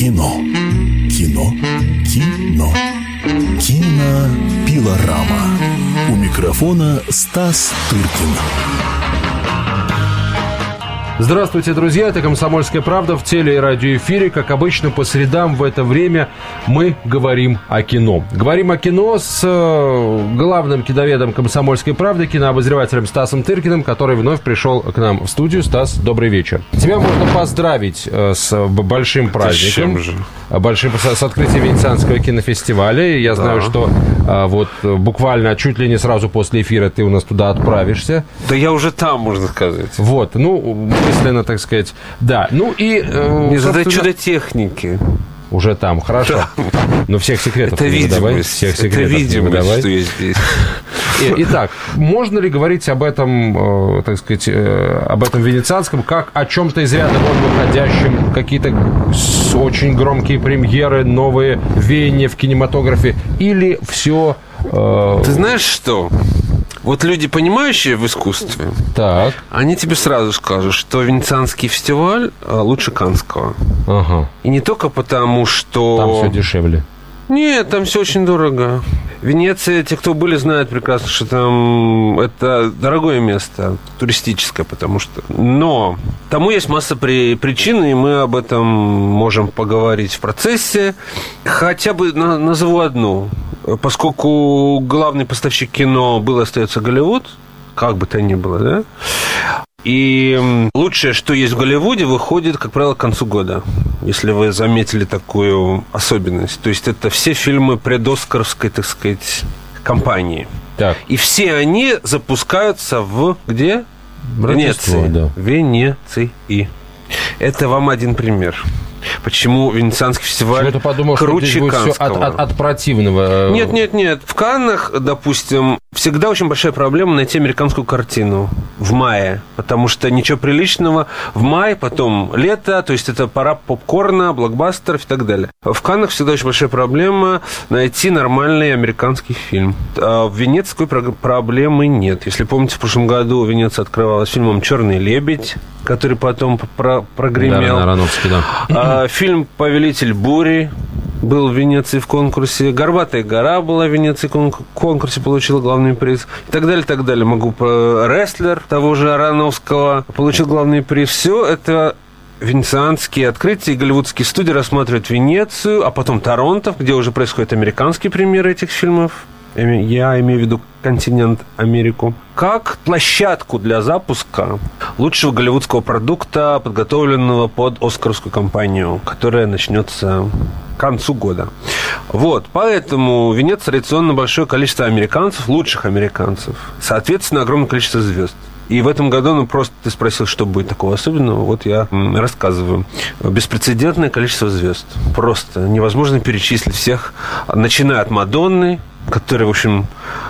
Кино. Кино. Кино. Кинопилорама. У микрофона Стас Тыркин. Здравствуйте, друзья, это «Комсомольская правда» в теле- и радиоэфире. Как обычно, по средам в это время мы говорим о кино. Говорим о кино с главным киноведом «Комсомольской правды», кинообозревателем Стасом Тыркиным, который вновь пришел к нам в студию. Стас, добрый вечер. Тебя можно поздравить с большим праздником. С открытием Венецианского кинофестиваля. Я знаю, что вот буквально чуть ли не сразу после эфира ты у нас туда отправишься. Да я уже там, можно сказать. Вот, мысленно, так сказать, да. Ну и... Не задай чудо техники. Уже там, хорошо. Но всех секретов это не выдавай. Всех секретов не выдавай. Что я здесь. Итак, можно ли говорить об этом, так сказать, об этом венецианском, как о чем-то из ряда вон выходящем, какие-то очень громкие премьеры, новые веяния в кинематографе, или все... Ты знаешь что? Вот люди, понимающие в искусстве, так. Они тебе сразу скажут, что Венецианский фестиваль лучше Каннского. Ага. И не только потому, что... Там все дешевле. Нет, там все очень дорого. Венеция, те, кто были, знают прекрасно, что там это дорогое место, туристическое, потому что... Но тому есть масса причин, и мы об этом можем поговорить в процессе. Хотя бы назову одну. Поскольку главный поставщик кино был и остается Голливуд, как бы то ни было, да? И лучшее, что есть в Голливуде, выходит, как правило, к концу года, если вы заметили такую особенность. То есть это все фильмы предоскаровской, так сказать, кампании. Так. И все они запускаются в где? Рождество, Венеции. Да. Венеции. Это вам один пример. Почему Венецианский фестиваль подумал, круче Каннского? От противного. Нет. В Каннах, допустим, всегда очень большая проблема найти американскую картину в мае, потому что ничего приличного в мае, потом лето, то есть это пора попкорна, блокбастеров и так далее. В Каннах всегда очень большая проблема найти нормальный американский фильм. А в Венеции такой проблемы нет. Если помните, в прошлом году Венеция открывалась фильмом «Черный лебедь», который потом прогремел. Да, Аронофский, да. Фильм «Повелитель бури» был в Венеции в конкурсе. «Горбатая гора» была в Венеции в конкурсе, получила главный приз. И так далее, так далее. «Рестлер» того же Аронофского получил главный приз. Все это венецианские открытия, и голливудские студии рассматривают Венецию, а потом Торонто, где уже происходят американские премьеры этих фильмов. Я имею в виду континент Америку. Как площадку для запуска лучшего голливудского продукта, подготовленного под оскаровскую кампанию, которая начнется к концу года. Вот, поэтому в Венеции традиционно большое количество американцев, лучших американцев, соответственно, огромное количество звезд. И в этом году, просто ты спросил, что будет такого особенного, вот я рассказываю. Беспрецедентное количество звезд. Просто невозможно перечислить всех, начиная от Мадонны, которая, в общем...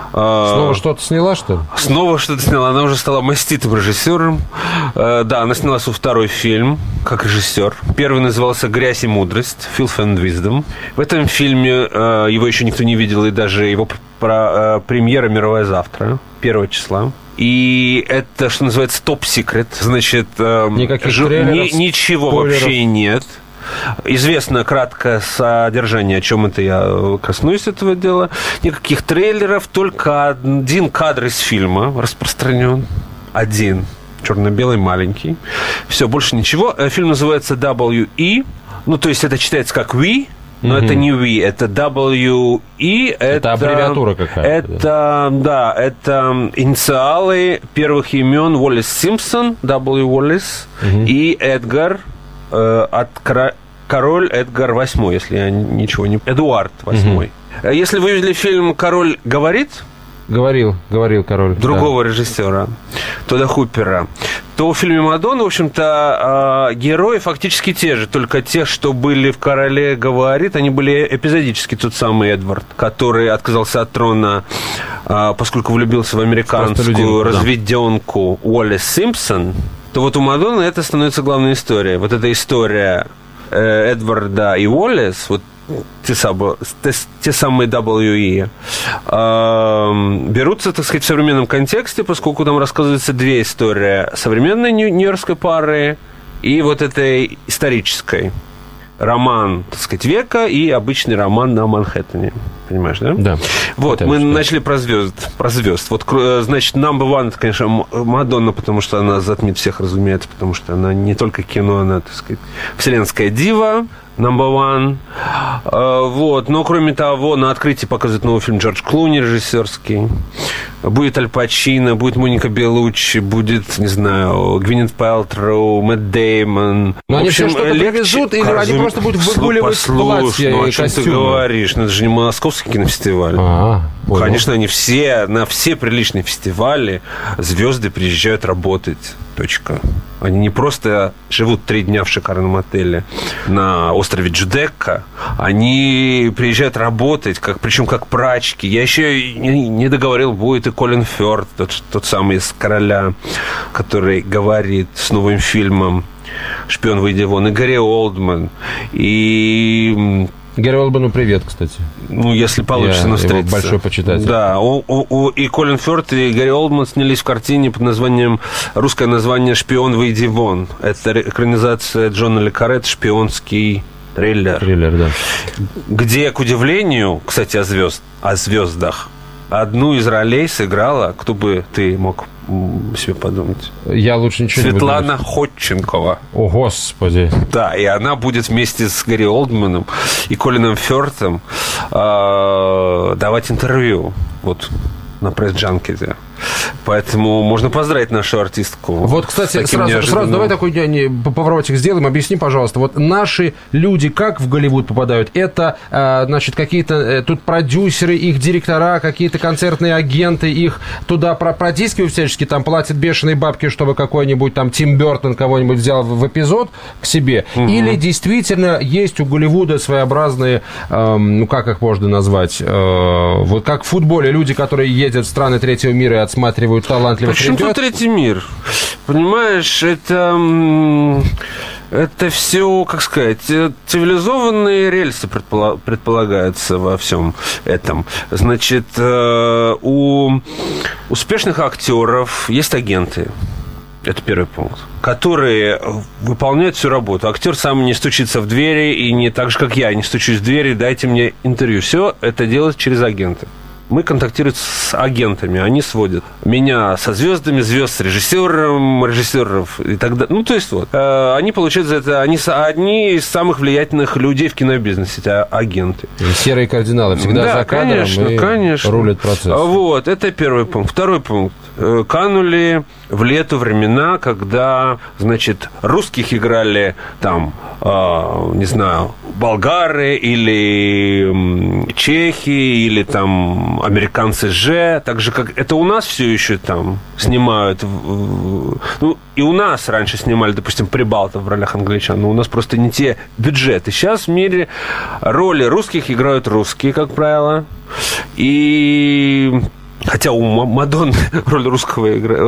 Снова что-то сняла, что ли? Снова что-то сняла. Она уже стала маститым режиссером. Да, она сняла свой второй фильм как режиссер. Первый назывался «Грязь и мудрость», «Filth and Wisdom». В этом фильме его еще никто не видел, и даже его премьера мировая завтра, 1 числа. И это, что называется, топ-секрет. Значит, никаких трейлеров, ничего спойлеров. Вообще нет. Известно краткое содержание, о чем это я коснусь этого дела. Никаких трейлеров, только один кадр из фильма распространен. Один. Черно-белый, маленький. Все, больше ничего. Фильм называется W.E. Ну, то есть это читается как «We», но это не «We», это W.E. Это аббревиатура какая-то. Это инициалы первых имен Уоллес Симпсон, W. Уоллес, и Эдгар, от король Эдгар VIII, если я ничего не... Эдуард VIII. Если вы видели фильм «Король говорит», Говорил король. Другого режиссера, Тодда Хупера, то в фильме «Мадонна», в общем-то, герои фактически те же, только те, что были в «Короле говорит», они были эпизодически. Тот самый Эдвард, который отказался от трона, поскольку влюбился в американскую разведенку Уоллес Симпсон, то вот у «Мадонны» это становится главной историей. Вот эта история Эдварда и Уоллес, вот те самые WE, берутся, так сказать, в современном контексте, поскольку там рассказывается две истории: современной нью-йоркской пары и вот этой исторической. роман, так сказать, века и обычный роман на Манхэттене. Понимаешь, да? Да. Вот, мы начали про звезд. Вот, значит, number one, это, конечно, Мадонна, потому что она затмит всех, разумеется, потому что она не только кино, она, так сказать, вселенская дива. Number one. Вот. Но, кроме того, на открытии показывает новый фильм Джордж Клуни, режиссерский. Будет Аль Пачино, будет Моника Беллуччи, будет, не знаю, Гвинет Пэлтроу, Мэтт Дэймон. Но они все что-то привезут, или они просто будут выгуливать платья и о чем костюмы? ты говоришь? Ну, это же не московский кинофестиваль. Понял. Конечно, они на все приличные фестивали звезды приезжают работать. Точка. Они не просто живут 3 дня в шикарном отеле на острове Джудекка, они приезжают работать, причем как прачки. Я еще не договорил, будет и Колин Фёрд, тот самый из «Короля», который говорит с новым фильмом «Шпион, выйди вон», и Гарри Олдман, и... Гарри Олдману привет, кстати. Ну, если получится, но встретиться. Большой почитатель. Да, и Колин Фёрд, и Гарри Олдман снялись в картине под названием, русское название «Шпион, выйди вон». Это экранизация Джона ле Карре, шпионский триллер. Триллер, да. Где, к удивлению, кстати, о звездах, одну из ролей сыграла, кто бы ты мог себе подумать? Я лучше ничего Светлана не буду. Ходченкова. О, Господи. Да, и она будет вместе с Гарри Олдманом и Колином Фёртом давать интервью вот на пресс-джанкете. Поэтому можно поздравить нашу артистку. Вот, кстати, сразу давай такой поворотик сделаем. Объясни, пожалуйста, вот наши люди как в Голливуд попадают? Это, значит, какие-то тут продюсеры, их директора, какие-то концертные агенты, их туда протискивают всячески, там платят бешеные бабки, чтобы какой-нибудь там Тим Бёртон кого-нибудь взял в эпизод к себе? Угу. Или действительно есть у Голливуда своеобразные, ну, как их можно назвать, вот как в футболе люди, которые ездят в страны третьего мира и отсматривают талантливых ребят. Почему тут третий мир? Понимаешь, это все, как сказать, цивилизованные рельсы предполагаются во всем этом. Значит, у успешных актеров есть агенты. Это первый пункт. Которые выполняют всю работу. Актер сам не стучится в двери, и не так же, как я, не стучусь в двери, дайте мне интервью. Все это делается через агенты. Мы контактируем с агентами, они сводят меня со звездами, звезд с режиссером, режиссеров и так далее. Ну, то есть, вот. Они получают за это, они одни из самых влиятельных людей в кинобизнесе, это агенты. Серые кардиналы всегда за кадром и рулят процесс. Вот, это первый пункт. Второй пункт. Канули в лету времена, когда, значит, русских играли там, не знаю, болгары или чехи, или там американцы же, так же, как это у нас все еще там снимают. Ну, и у нас раньше снимали, допустим, прибалтов в ролях англичан, но у нас просто не те бюджеты. Сейчас в мире роли русских играют русские, как правило. И... Хотя у Мадонны роль русского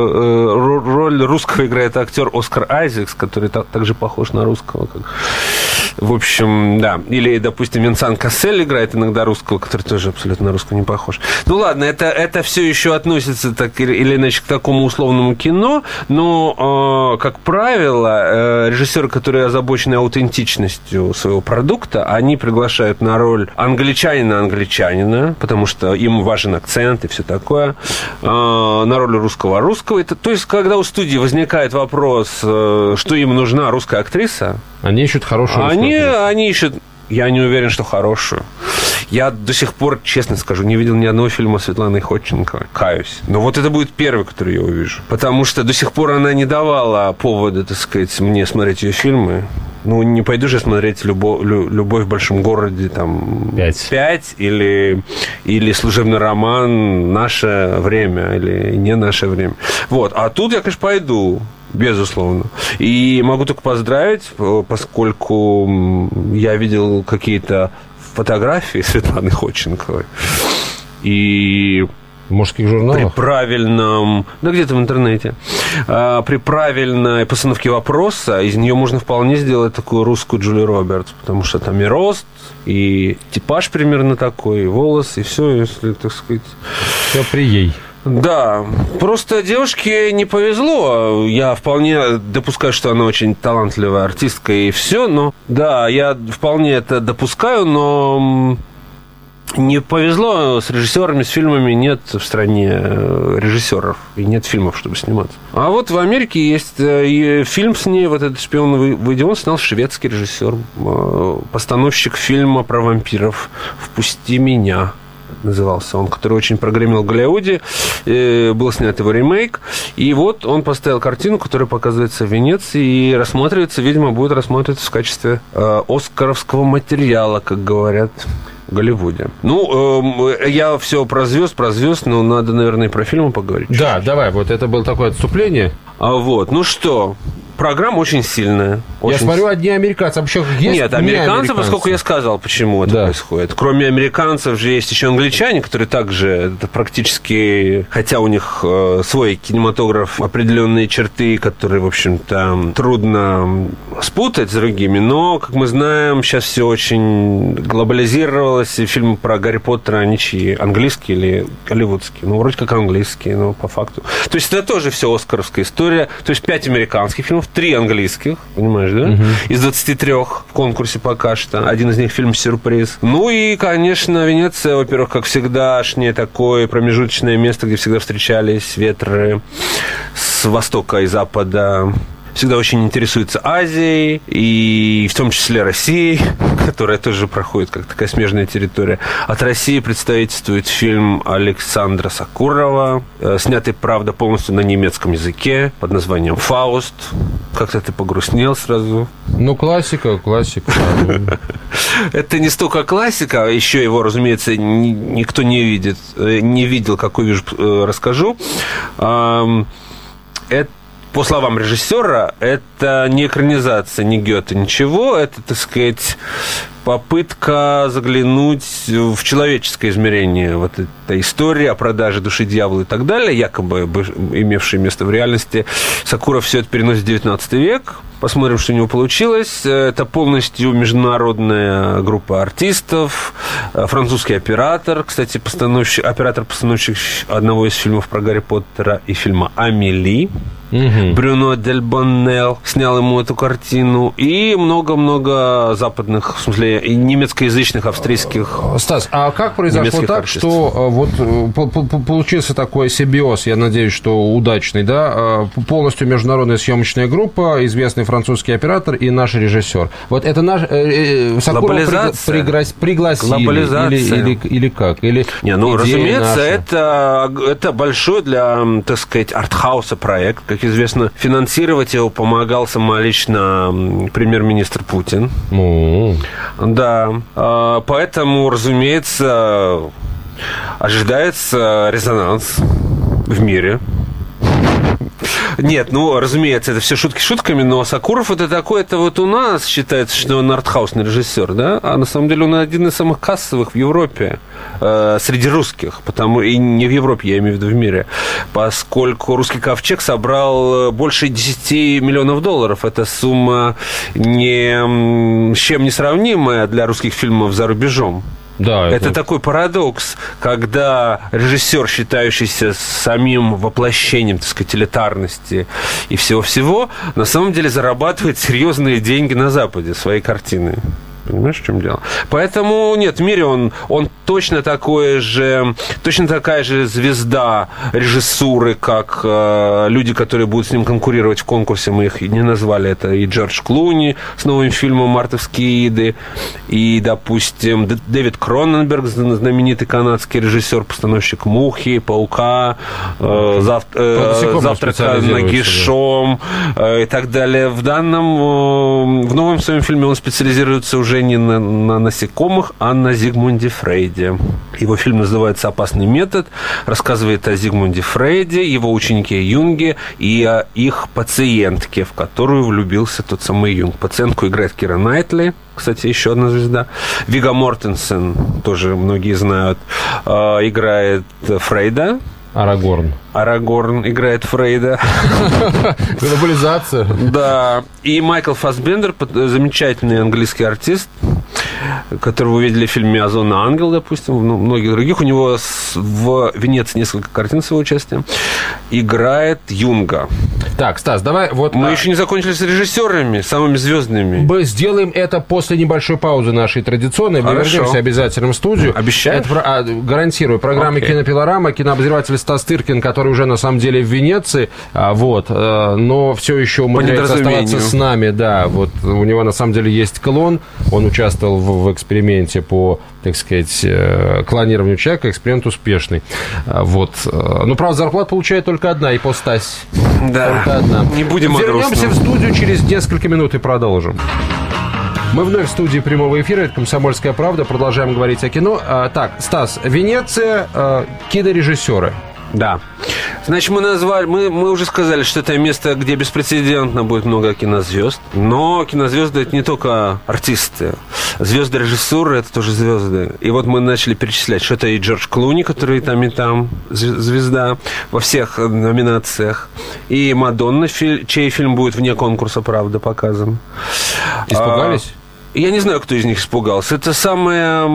играет актер Оскар Айзекс, который также похож на русского. В общем, да. Или, допустим, Винсан Кассель играет иногда русского, который тоже абсолютно на русского не похож. Ну ладно, это все еще относится так или иначе к такому условному кино, но, как правило, режиссеры, которые озабочены аутентичностью своего продукта, они приглашают на роль англичанина, потому что им важен акцент и все такое, на роль русского. То есть, когда у студии возникает вопрос, что им нужна русская актриса, они ищут хорошую русскую актрису. Они ищут... Я не уверен, что хорошую. Я до сих пор, честно скажу, не видел ни одного фильма Светланы Ходченковой. Каюсь. Но вот это будет первый, который я увижу. Потому что до сих пор она не давала повода, так сказать, мне смотреть ее фильмы. Ну, не пойду же смотреть «Любовь в большом городе», там... 5 или «Служебный роман», «Наше время» или «Не наше время». Вот. А тут я, конечно, пойду. Безусловно. И могу только поздравить, поскольку я видел какие-то фотографии Светланы Ходченковой. И в мужских журналах? При правильном... Да где-то в интернете. При правильной постановке вопроса из нее можно вполне сделать такую русскую Джули Робертс, потому что там и рост, и типаж примерно такой, и волос, и все, если, так сказать... Все при ей. Да, просто девушке не повезло. Я вполне допускаю, что она очень талантливая артистка и все, но... Да, я вполне это допускаю, но... Не повезло с режиссерами, с фильмами. Нет в стране режиссеров и нет фильмов, чтобы сниматься. А вот в Америке есть фильм с ней, вот этот «Шпион выйди вон», снял шведский режиссер, постановщик фильма про вампиров «Впусти меня» назывался он, который очень прогремел в Голливуде. Был снят его ремейк. И вот он поставил картину, которая показывается в Венеции и рассматривается, видимо, будет рассматриваться в качестве оскаровского материала, как говорят в Голливуде. Ну, я все про звезд, но надо, наверное, и про фильмы поговорить. Да, давай, вот это было такое отступление. Вот, ну что... Программа очень сильная. Я смотрю, одни американцы. Вообще есть Нет, американцы, поскольку я сказал, почему это происходит. Кроме американцев же есть еще англичане, которые также практически, хотя у них свой кинематограф, определенные черты, которые, в общем-то, трудно спутать с другими, но, как мы знаем, сейчас все очень глобализировалось, и фильмы про Гарри Поттера, они чьи? Английские или голливудские? Ну, вроде как английские, но по факту. То есть это тоже все оскаровская история. То есть 5 американских фильмов, 3 английских, понимаешь, да? Из 23 в конкурсе пока что. Один из них фильм «Сюрприз». Ну и, конечно, Венеция, во-первых, как всегдашнее такое промежуточное место, где всегда встречались ветры с востока и запада. Всегда очень интересуется Азией, и в том числе Россией, которая тоже проходит как такая смежная территория. От России представительствует фильм Александра Сокурова, снятый, правда, полностью на немецком языке, под названием «Фауст». Как-то ты погрустнел сразу. Ну, классика. Это не столько классика, еще его, разумеется, никто не видел, какой вижу, расскажу. Это, по словам режиссера, это не экранизация, не Гёте, ничего. Это, так сказать, попытка заглянуть в человеческое измерение вот этой истории о продаже души дьявола и так далее, якобы имевшей место в реальности. Сокуров все это переносит в 19 век. Посмотрим, что у него получилось. Это полностью международная группа артистов. Французский оператор, кстати, оператор-постановщик одного из фильмов про Гарри Поттера и фильма «Амели». Брюно Дель Боннел снял ему эту картину. И много-много западных, в смысле, и немецкоязычных, австрийских. Стас, а как произошло так, артистов, что вот получился такой симбиоз, я надеюсь, что удачный, да? Полностью международная съемочная группа, известный французский оператор и наш режиссер. Вот это наш... Сокурова пригласили или как? Или не, ну, разумеется, это большой для, так сказать, артхауса проект. Как известно, финансировать его помогал самолично премьер-министр Путин. Да. Поэтому, разумеется, ожидается резонанс в мире. Нет, ну, разумеется, это все шутки шутками, но Сокуров это такой, это вот у нас считается, что он артхаусный режиссер, да, а на самом деле он один из самых кассовых в Европе среди русских, и не в Европе, я имею в виду в мире, поскольку «Русский ковчег» собрал больше 10 миллионов долларов. Это сумма ни с чем не сравнимая для русских фильмов за рубежом. Да, это такой парадокс, когда режиссер, считающийся самим воплощением, так сказать, элитарности и всего-всего, на самом деле зарабатывает серьезные деньги на Западе своей картины. Понимаешь, в чем дело? Поэтому, нет, в мире он точно такая же звезда режиссуры, как люди, которые будут с ним конкурировать в конкурсе. Мы их не назвали. Это и Джордж Клуни с новым фильмом «Мартовские иды», и, допустим, Дэвид Кроненберг, знаменитый канадский режиссер, постановщик «Мухи», «Паука», «Завтрака нагишом» и так далее. В новом своем фильме он специализируется уже не на насекомых, а на Зигмунде Фрейде. Его фильм называется «Опасный метод», рассказывает о Зигмунде Фрейде, его ученике Юнге и о их пациентке, в которую влюбился тот самый Юнг. Пациентку играет Кира Найтли, кстати, еще одна звезда. Вига Мортенсен, тоже многие знают, играет Фрейда. Арагорн играет Фрейда. Глобализация. Да. И Майкл Фассбендер, замечательный английский артист, который вы увидели в фильме «Озон ангел», допустим, многих других. У него в Венеции несколько картин с его участием. Играет Юнга. Так, Стас, давай вот... Мы еще не закончили с режиссерами, самыми звездными. Мы сделаем это после небольшой паузы нашей традиционной. Мы вернемся обязательно в студию. Обещаешь? Гарантирую. Программа «Кинопилорама», кинообозреватель Стас Тыркин, который уже на самом деле в Венеции, но все еще умудряется оставаться с нами. Да, вот у него на самом деле есть клон. Он участвовал в эксперименте по, так сказать, клонированию человека. Эксперимент успешный. Но, правда, зарплата получает только одна, ипостась. Да, только одна. Не будем о грустном. Вернемся в студию через несколько минут и продолжим. Мы вновь в студии прямого эфира. Это «Комсомольская правда». Продолжаем говорить о кино. Так, Стас, Венеция, кинорежиссеры. Да. Значит, мы уже сказали, что это место, где беспрецедентно будет много кинозвезд. Но кинозвезды — это не только артисты. Звезды режиссуры — это тоже звезды. И вот мы начали перечислять, что это и Джордж Клуни, который и там звезда во всех номинациях. И Мадонна, чей фильм будет вне конкурса, правда, показан. Испугались? Я не знаю, кто из них испугался. Это самое...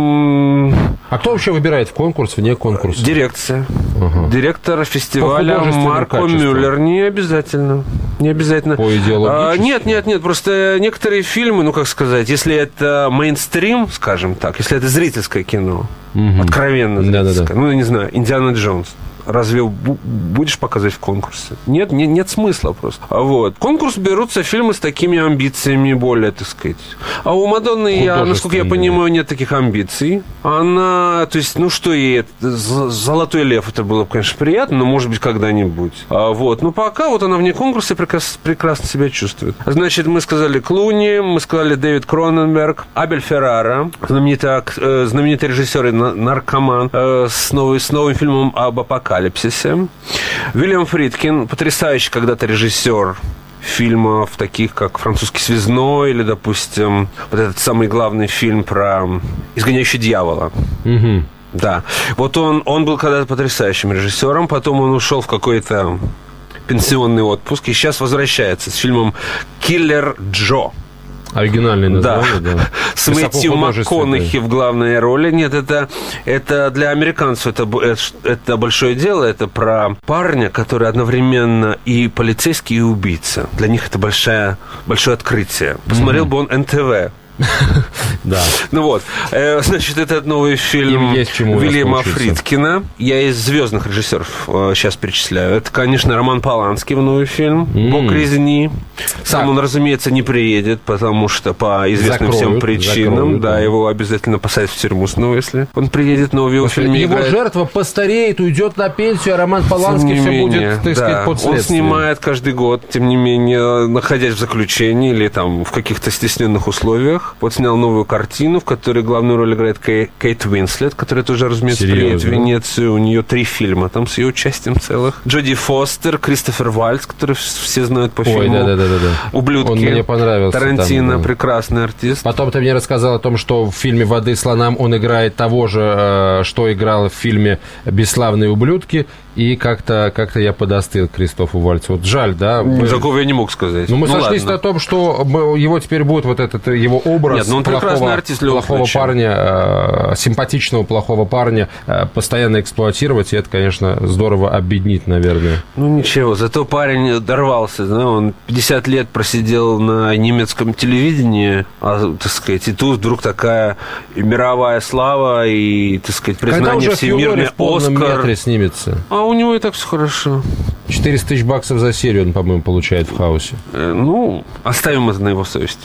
А кто вообще выбирает в конкурс, вне конкурса? Дирекция. Директор фестиваля Марко Мюллер. Не обязательно. Не обязательно. По идеологически? Нет. Просто некоторые фильмы, если это мейнстрим, скажем так, если это зрительское кино, откровенно зрительское, я не знаю, «Индиана Джонс». Разве будешь показывать в конкурсе? Нет смысла просто. Конкурс берутся фильмы с такими амбициями более, так сказать. А у Мадонны, насколько я понимаю, нет таких амбиций. Она, что ей, «Золотой лев», это было бы, конечно, приятно, но, может быть, когда-нибудь. Но пока она вне конкурса прекрасно себя чувствует. Значит, мы сказали Клуни, мы сказали Дэвид Кроненберг, Абель Феррара, знаменитый режиссер и наркоман, с новым фильмом об апокалипсисе. Уильям Фридкин, потрясающий когда-то режиссер фильмов, таких как «Французский связной» или, допустим, вот этот самый главный фильм про «Изгоняющий дьявола». Да. Он был когда-то потрясающим режиссером, потом он ушел в какой-то пенсионный отпуск и сейчас возвращается с фильмом «Киллер Джо». Оригинальное название, да. С Мэтью МакКонахи в главной роли. Нет, это для американцев это большое дело. Это про парня, который одновременно и полицейский, и убийца. Для них это большое открытие. Посмотрел бы он НТВ. Да. Значит, этот новый фильм Уильяма Фридкина. Я из звездных режиссеров сейчас перечисляю. Это, конечно, Роман Поланский в новый фильм «Бог резни». Сам он, разумеется, не приедет, потому что по известным всем причинам. Да, его обязательно посадят в тюрьму снова, если он приедет. Но в его фильме его жертва постареет, уйдет на пенсию, а Роман Поланский все будет, так сказать, под следствием. Он снимает каждый год, тем не менее, находясь в заключении или там в каких-то стесненных условиях. Снял новую картину, в которой главную роль играет Кейт Уинслет, которая тоже, разумеется, приедет в Венецию. У нее 3 фильма там с ее участием целых. Джоди Фостер, Кристофер Вальц, который все знают по фильму «Ублюдки». Он мне понравился. Тарантино, прекрасный артист. Потом ты мне рассказал о том, что в фильме «Воды слонам» он играет того же, что играл в фильме «Бесславные ублюдки». И как-то я подостыл Кристофу Вальцу. Жаль, да? Такого я не мог сказать. Мы сошлись на том, что его теперь будет его образ плохого парня, симпатичного плохого парня постоянно эксплуатировать, и это, конечно, здорово обеднит, наверное. Ничего, зато парень дорвался, он 50 лет просидел на немецком телевидении, так сказать, и тут вдруг такая мировая слава и, так сказать, признание, всемирный Оскар. В полном метре снимется. А у него и так все хорошо. 400 тысяч баксов за серию он, по-моему, получает в «Хаусе». Оставим это на его совести.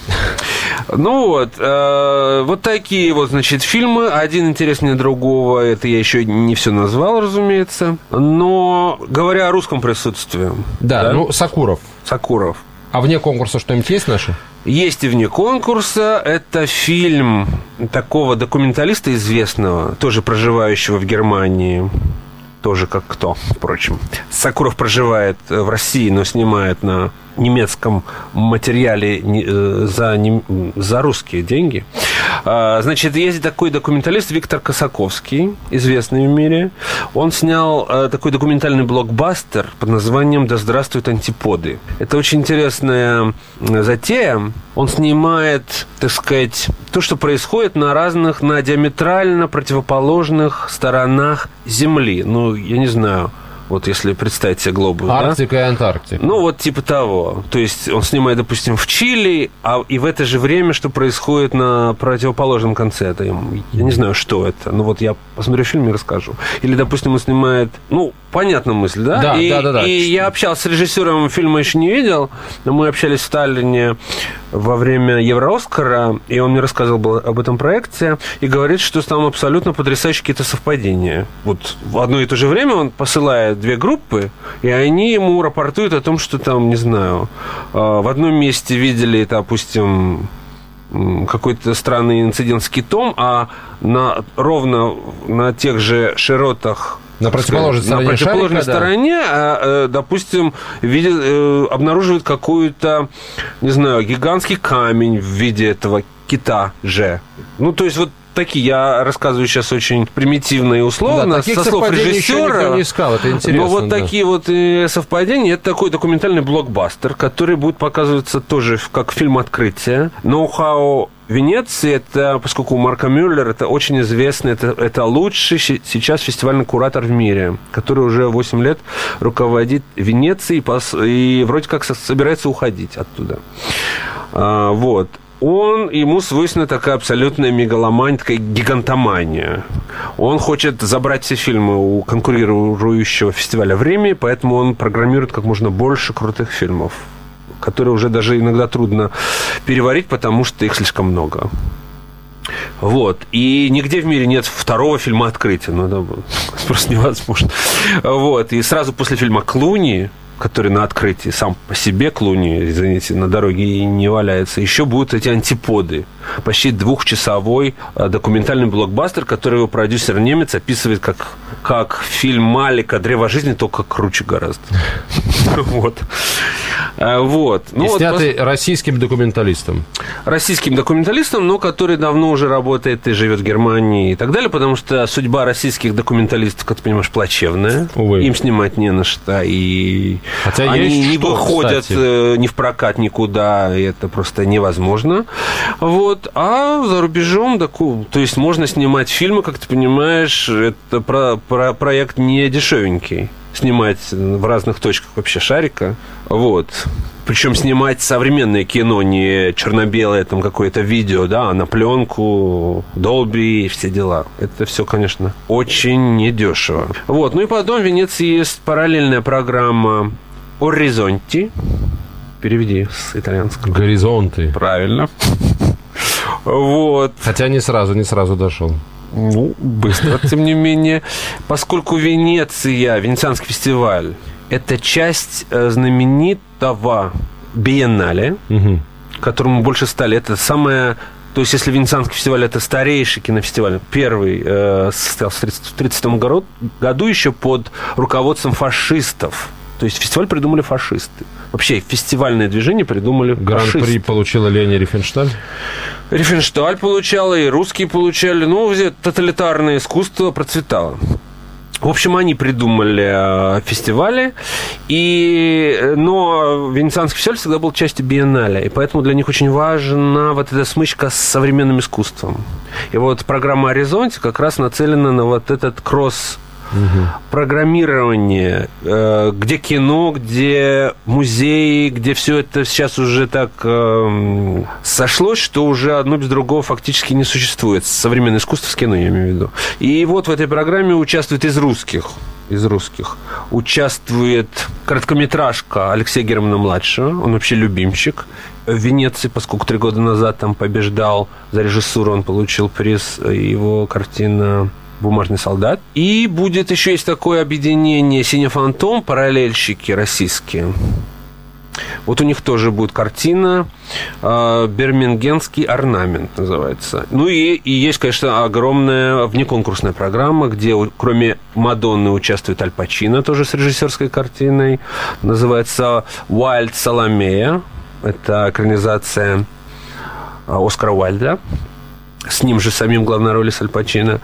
Вот такие значит, фильмы. Один интереснее другого. Это я еще не все назвал, разумеется. Но говоря о русском присутствии. Да? Сакуров. А вне конкурса что-нибудь есть наши? Есть и вне конкурса. Это фильм такого документалиста известного, тоже проживающего в Германии. тоже как кто, впрочем. Сакуров проживает в России, но снимает на немецком материале за русские деньги. Значит, есть такой документалист Виктор Косаковский, известный в мире. Он снял такой документальный блокбастер под названием «Да здравствуют антиподы». Это очень интересная затея. Он снимает, так сказать, то, что происходит на диаметрально противоположных сторонах Земли. Ну, я не знаю... Вот если представить себе глобус, Арктика и Антарктика. Ну, вот типа того. То есть он снимает, допустим, в Чили, и в это же время, что происходит на противоположном конце. Это, я не знаю, что это. Но вот я посмотрю фильм и расскажу. Или, допустим, он снимает... Ну, понятна мысль, да? Да. И я общался с режиссером, фильма еще не видел, но мы общались в Таллине во время Евро-Оскара, и он мне рассказывал об этом проекте, и говорит, что там абсолютно потрясающие какие-то совпадения. Вот в одно и то же время он посылает 2 группы, и они ему рапортуют о том, что там, не знаю, в одном месте видели, допустим, какой-то странный инцидент с китом, а ровно на тех же широтах на противоположной стороне, допустим, обнаруживают какой-то, не знаю, гигантский камень в виде этого кита же. Ну, то есть, вот такие, я рассказываю сейчас очень примитивно и условно, со слов режиссера. Никто не искал, это интересно. Но вот такие вот совпадения, это такой документальный блокбастер, который будет показываться тоже как фильм «Открытие». Ноу-хау Венеции, это, поскольку Марко Мюллер, это очень известный, это лучший сейчас фестивальный куратор в мире, который уже 8 лет руководит Венецией и вроде как собирается уходить оттуда. Вот. Ему свойственна такая абсолютная мегаломания, такая гигантомания. Он хочет забрать все фильмы у конкурирующего фестиваля «Время», поэтому он программирует как можно больше крутых фильмов, которые уже даже иногда трудно переварить, потому что их слишком много. Вот. И нигде в мире нет второго фильма «Открытие». Ну, это просто невозможно. Вот. И сразу после фильма «Клуни», который на открытии сам по себе, Клуни, извините, на дороге и не валяется, еще будут эти антиподы. Почти 2-часовой документальный блокбастер, который его продюсер немец описывает как фильм Малика «Древо жизни», только круче гораздо. Вот. И снятый российским документалистом. Российским документалистом, но который давно уже работает и живет в Германии и так далее, потому что судьба российских документалистов, как ты понимаешь, плачевная. Увы. Им снимать не на что, и хотя они не выходят ни в прокат никуда, и это просто невозможно. Вот. А за рубежом, то есть можно снимать фильмы, как ты понимаешь, это проект не дешевенький. Снимать в разных точках вообще шарика. Вот. Причем снимать современное кино, не черно-белое там какое-то видео, да, а на пленку, Dolby и все дела. Это все, конечно, очень недешево. Вот. Ну и потом в Венеции есть параллельная программа «Оризонти». Переведи с итальянского. «Горизонты». Правильно. Вот. Хотя не сразу дошел. Ну, быстро, тем не менее. Поскольку Венецианский фестиваль, это часть знаменитого биеннале, которому больше 100 лет. Это самое... То есть, если Венецианский фестиваль – это старейший кинофестиваль, первый состоялся в 1932 году еще под руководством фашистов. То есть, фестиваль придумали фашисты. Вообще, фестивальное движение придумали фашисты. Гран-при получила Лени Рифеншталь? Рифеншталь получала, и русские получали. Ну, тоталитарное искусство процветало. В общем, они придумали фестивали, но Венецианский фестиваль всегда был частью биеннале, и поэтому для них очень важна вот эта смычка с современным искусством. И вот программа «Оризонти» как раз нацелена на вот этот программирование, где кино, где музеи, где все это сейчас уже так сошлось, что уже одно без другого фактически не существует. Современное искусство с кино, я имею в виду. И вот в этой программе участвует из русских участвует короткометражка Алексея Германа-младшего, он вообще любимчик. В Венеции, поскольку 3 года назад там побеждал за режиссуру, он получил приз, его картина «Бумажный солдат». И будет еще есть такое объединение «Синий фантом», параллельщики российские. Вот у них тоже будет картина «Бирмингемский орнамент» называется. Ну и есть, конечно, огромная внеконкурсная программа, где кроме Мадонны участвует Аль Пачино, тоже с режиссерской картиной. Называется «Уайльд Саломея». Это экранизация Оскара Уайльда. С ним же самим в главной роли с Аль Пачино.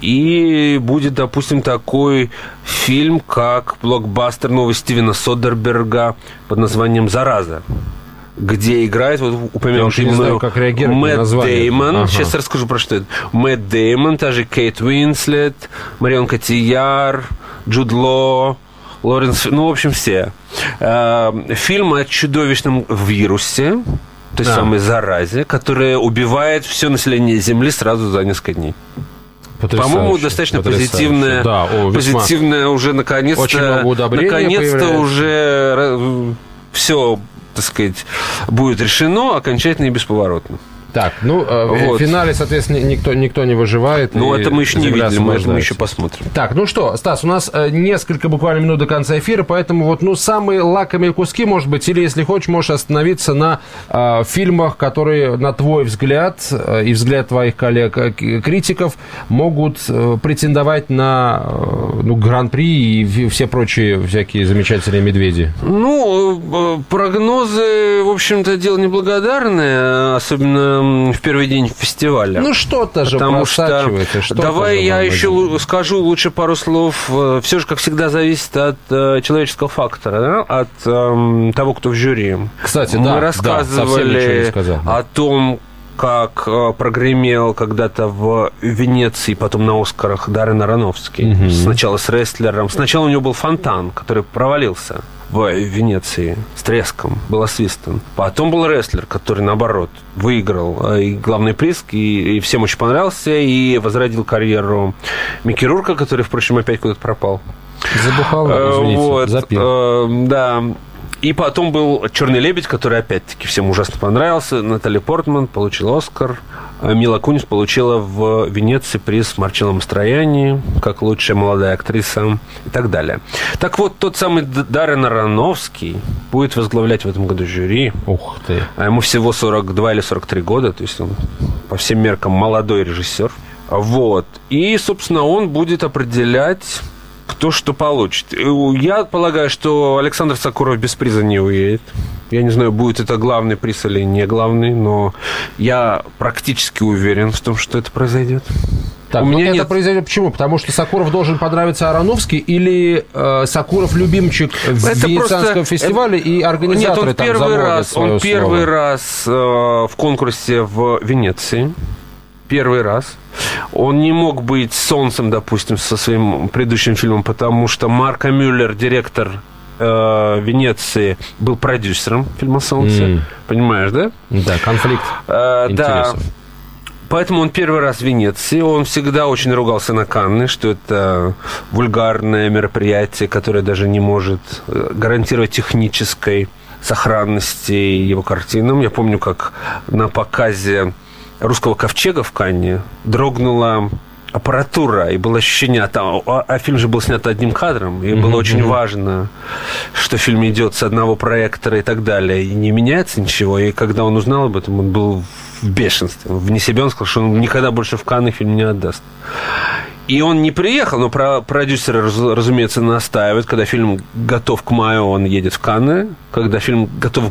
И будет, допустим, такой фильм, как блокбастер новый Стивена Содерберга под названием «Зараза», где играет вот упомянутый мною Мэтт Дэймон. Ага. Сейчас расскажу, про что это. Мэтт Дэймон, та же Кейт Уинслет, Марион Котийяр, Джуд Ло, Лоренс... Ну, в общем, все. Фильм о чудовищном вирусе, той самой заразе, которая убивает все население Земли сразу за несколько дней. Потрясающе. По-моему, достаточно позитивная, позитивная уже наконец-то уже все, так сказать, будет решено окончательно и бесповоротно. Так, ну, в финале, соответственно, никто не выживает. Ну, это мы еще не видели, мы еще посмотрим. Так, ну что, Стас, у нас несколько буквально минут до конца эфира, поэтому вот, ну, самые лакомые куски, может быть, или, если хочешь, можешь остановиться на фильмах, которые, на твой взгляд и взгляд твоих коллег-критиков, могут претендовать на гран-при и все прочие всякие замечательные медведи. Ну, прогнозы, в общем-то, дело неблагодарное, особенно в первый день фестиваля. Ну, что-то же просачивается. Давай я еще скажу лучше пару слов. Все же, как всегда, зависит от человеческого фактора, да? От того, кто в жюри. Кстати, мы рассказывали о том, как прогремел когда-то в Венеции, потом на «Оскарах» Даррен Аронофский. Угу. Сначала с «Рестлером». Сначала у него был «Фонтан», который провалился в Венеции с треском, был освистан. Потом был «Рестлер», который, наоборот, выиграл и главный приз, и всем очень понравился, и возродил карьеру Микки Рурка, который, впрочем, опять куда-то пропал. Забухал, извините, запил. Да. И потом был «Черный лебедь», который, опять-таки, всем ужасно понравился. Натали Портман получила «Оскар». Мила Кунис получила в Венеции приз Марчелло Мастроянни как лучшая молодая актриса и так далее. Так вот, тот самый Даррен Аронофский будет возглавлять в этом году жюри. Ух ты. А ему всего 42 или 43 года, то есть он по всем меркам молодой режиссер. Вот. И, собственно, он будет определять, кто что получит. Я полагаю, что Александр Сокуров без приза не уедет. Я не знаю, будет это главный приз или не главный, но я практически уверен в том, что это произойдет. Так, это произойдет почему? Потому что Сокуров должен понравиться Аронофский или Сокуров любимчик Венецианского фестиваля и организаторы там замолвят свое слово? Он первый раз в конкурсе в Венеции. Первый раз. Он не мог быть солнцем, допустим, со своим предыдущим фильмом, потому что Марко Мюллер, директор Венеции, был продюсером фильма «Солнце». Понимаешь, да? Да, конфликт интересов. Да. Поэтому он первый раз в Венеции. Он всегда очень ругался на Канны, что это вульгарное мероприятие, которое даже не может гарантировать технической сохранности его картинам. Я помню, как на показе «Русского ковчега» в Канне дрогнула аппаратура, и было ощущение, а фильм же был снят одним кадром, и было очень важно, что фильм идет с одного проектора и так далее, и не меняется ничего. И когда он узнал об этом, он был в бешенстве, вне себя. Он сказал, что он никогда больше в Канны фильм не отдаст. И он не приехал, но продюсеры, разумеется, настаивают. Когда фильм готов к маю, он едет в Канны. Когда фильм готов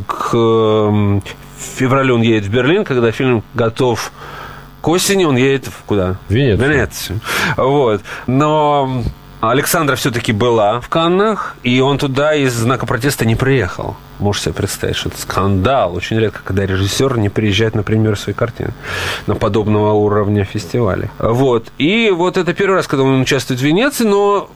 к февралю, он едет в Берлин. Когда фильм готов к осени, он едет куда? В Венецию. Венецию. Вот. Но Александра все-таки была в Каннах, и он туда из знака протеста не приехал. Можете себе представить, что это скандал. Очень редко, когда режиссер не приезжает на премьеру своей картины на подобного уровня фестиваля. Вот. И вот это первый раз, когда он участвует в Венеции, но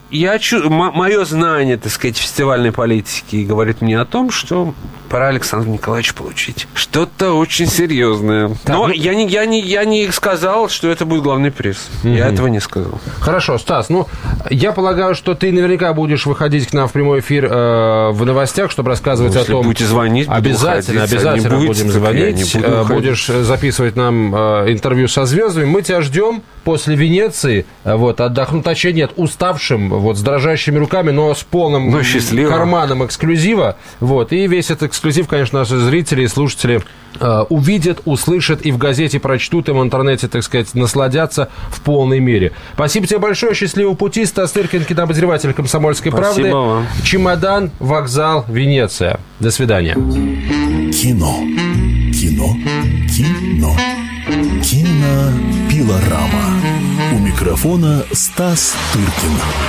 мое знание, так сказать, фестивальной политики говорит мне о том, что пора Александру Николаевичу получить что-то очень серьезное. Так, но я не сказал, что это будет главный приз. Я этого не сказал. Хорошо, Стас, я полагаю, что ты наверняка будешь выходить к нам в прямой эфир в новостях, чтобы рассказывать о потом... будете звонить, обязательно будем звонить. Будешь записывать нам интервью со звездами. Мы тебя ждем после Венеции, вот, отдохнуть, точнее, нет, уставшим, вот, с дрожащими руками, но с полным карманом эксклюзива. Вот, и весь этот эксклюзив, конечно, наши зрители и слушатели увидят, услышат и в газете прочтут, и в интернете, так сказать, насладятся в полной мере. Спасибо тебе большое, счастливого пути. Стас Тыркин, кинообозреватель «Комсомольской правды». Спасибо вам. Чемодан, вокзал, Венеция. До свидания. Кино. Кино. Кино. Кинопилорама. У микрофона Стас Тыркин.